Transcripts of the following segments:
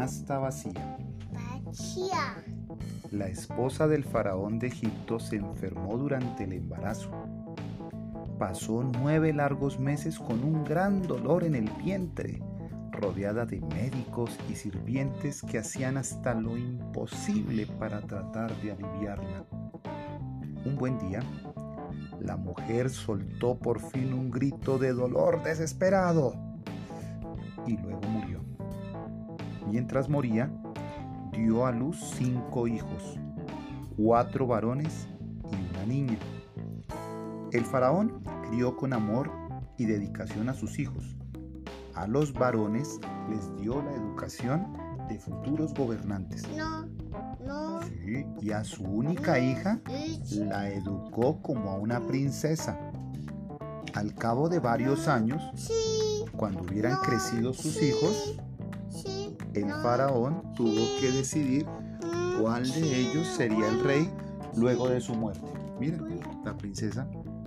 canasta vacía. Vacía. La esposa del faraón de Egipto se enfermó durante el embarazo. Pasó 9 largos meses con un gran dolor en el vientre, rodeada de médicos y sirvientes que hacían hasta lo imposible para tratar de aliviarla. Un buen día, la mujer soltó por fin un grito de dolor desesperado y luego murió. Mientras moría, dio a luz 5 hijos, 4 varones y una niña. El faraón crió con amor y dedicación a sus hijos. A los varones les dio la educación de futuros gobernantes. No. Sí, y a su única hija la educó como a una princesa. Al cabo de varios años, cuando hubieran crecido sus hijos, el faraón tuvo que decidir cuál de ellos sería el rey luego de su muerte. Miren, la princesa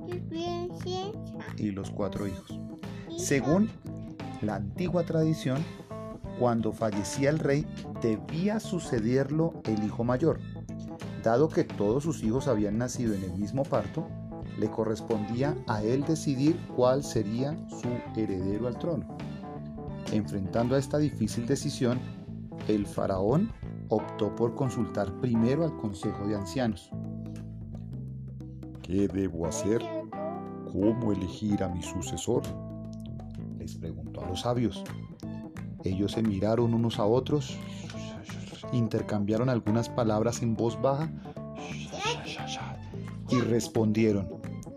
y los 4 hijos. Según la antigua tradición, cuando fallecía el rey, debía sucederlo el hijo mayor. Dado que todos sus hijos habían nacido en el mismo parto, le correspondía a él decidir cuál sería su heredero al trono. Enfrentando a esta difícil decisión, el faraón optó por consultar primero al consejo de ancianos. ¿Qué debo hacer? ¿Cómo elegir a mi sucesor?, les preguntó a los sabios. Ellos se miraron unos a otros, intercambiaron algunas palabras en voz baja y respondieron: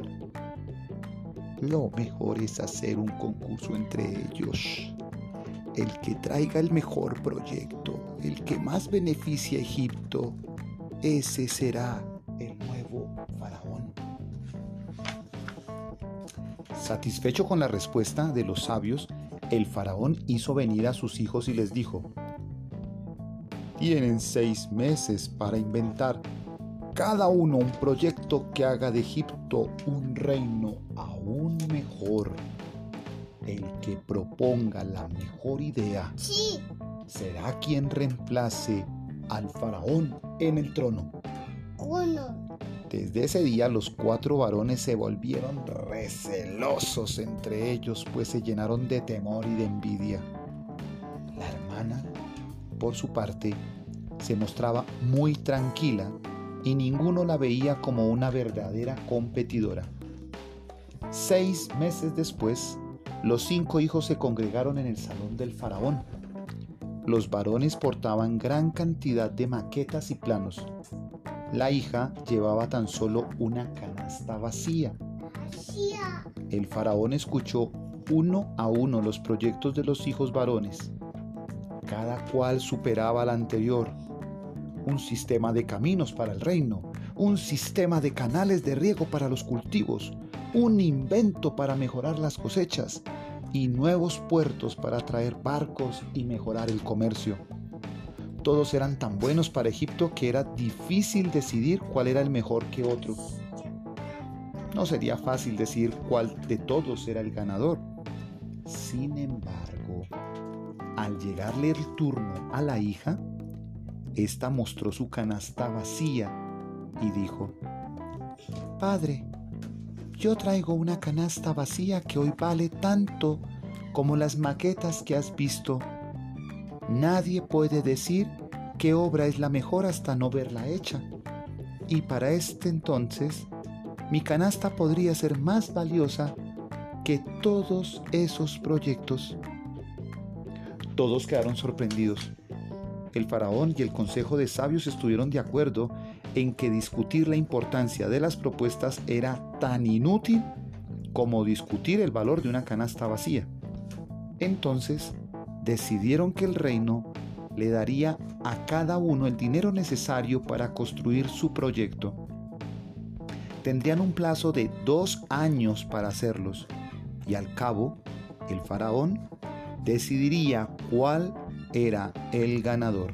lo mejor es hacer un concurso entre ellos. El que traiga el mejor proyecto, el que más beneficie a Egipto, ese será el nuevo faraón. Satisfecho con la respuesta de los sabios, el faraón hizo venir a sus hijos y les dijo: tienen 6 meses para inventar cada uno un proyecto que haga de Egipto un reino aún mejor. El que proponga la mejor idea será quien reemplace al faraón en el trono. Desde ese día los 4 varones se volvieron recelosos entre ellos, pues se llenaron de temor y de envidia. La hermana, por su parte, se mostraba muy tranquila y ninguno la veía como una verdadera competidora. 6 meses después, los 5 hijos se congregaron en el salón del faraón. Los varones portaban gran cantidad de maquetas y planos. La hija llevaba tan solo una canasta vacía. El faraón escuchó uno a uno los proyectos de los hijos varones. Cada cual superaba al anterior. Un sistema de caminos para el reino, un sistema de canales de riego para los cultivos, un invento para mejorar las cosechas y nuevos puertos para traer barcos y mejorar el comercio. Todos eran tan buenos para Egipto que era difícil decidir cuál era el mejor que otro. No sería fácil decir cuál de todos era el ganador. Sin embargo, al llegarle el turno a la hija, ésta mostró su canasta vacía y dijo: padre, yo traigo una canasta vacía que hoy vale tanto como las maquetas que has visto. Nadie puede decir qué obra es la mejor hasta no verla hecha. Y para este entonces, mi canasta podría ser más valiosa que todos esos proyectos. Todos quedaron sorprendidos. El faraón y el consejo de sabios estuvieron de acuerdo en que discutir la importancia de las propuestas era tan inútil como discutir el valor de una canasta vacía. Entonces, decidieron que el reino le daría a cada uno el dinero necesario para construir su proyecto. Tendrían un plazo de 2 años para hacerlos, y al cabo, el faraón decidiría cuál era el ganador.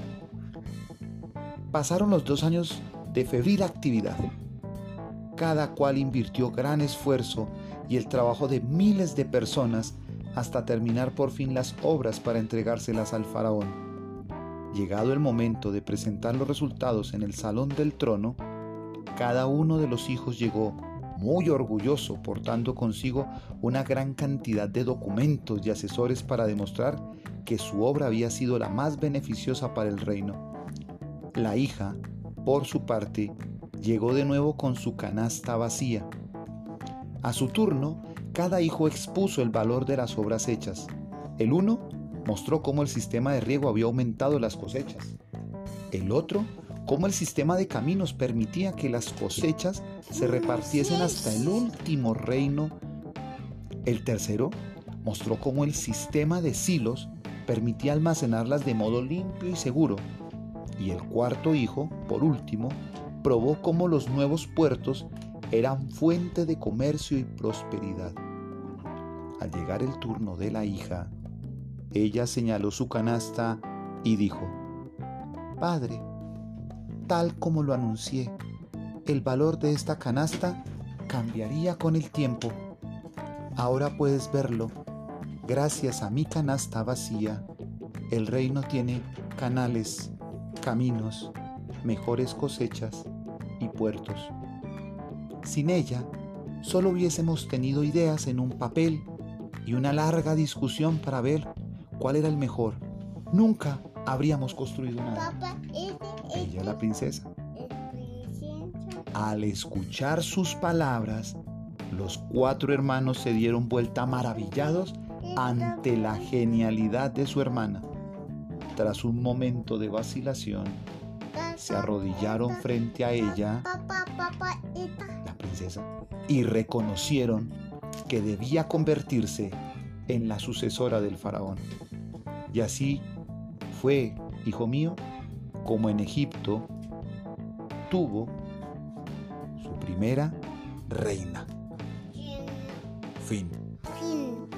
Pasaron los 2 años de febril actividad. Cada cual invirtió gran esfuerzo y el trabajo de miles de personas hasta terminar por fin las obras para entregárselas al faraón. Llegado el momento de presentar los resultados en el salón del trono, cada uno de los hijos llegó muy orgulloso, portando consigo una gran cantidad de documentos y asesores para demostrar que su obra había sido la más beneficiosa para el reino. La hija, por su parte, llegó de nuevo con su canasta vacía. A su turno, cada hijo expuso el valor de las obras hechas. El uno mostró cómo el sistema de riego había aumentado las cosechas. El otro, cómo el sistema de caminos permitía que las cosechas se repartiesen hasta el último reino. El tercero mostró cómo el sistema de silos permitía almacenarlas de modo limpio y seguro. Y el cuarto hijo, por último, probó cómo los nuevos puertos eran fuente de comercio y prosperidad. Al llegar el turno de la hija, ella señaló su canasta y dijo: «Padre, tal como lo anuncié, el valor de esta canasta cambiaría con el tiempo. Ahora puedes verlo. Gracias a mi canasta vacía, el reino tiene canales, caminos, mejores cosechas y puertos. Sin ella, solo hubiésemos tenido ideas en un papel y una larga discusión para ver cuál era el mejor. Nunca habríamos construido nada». Papá, Ella, la princesa. Al escuchar sus palabras, los 4 hermanos se dieron vuelta maravillados ante la genialidad de su hermana. Tras un momento de vacilación, se arrodillaron frente a ella, la princesa, y reconocieron que debía convertirse en la sucesora del faraón. Y así fue, hijo mío, como en Egipto tuvo su primera reina. Fin.